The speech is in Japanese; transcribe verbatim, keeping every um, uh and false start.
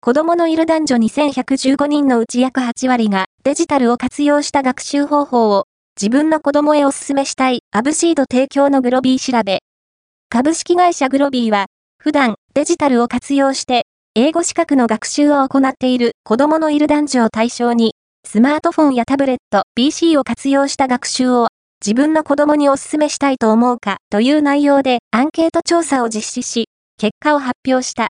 子供のいる男女にせんひゃくじゅうごにんのうち約はちわりがデジタルを活用した学習方法を自分の子供へお勧めしたいアブシード提供のグロビー調べ。株式会社グロビーは普段デジタルを活用して英語資格の学習を行っている子供のいる男女を対象にスマートフォンやタブレット、ピーシー を活用した学習を自分の子供にお勧めしたいと思うかという内容でアンケート調査を実施し、結果を発表した。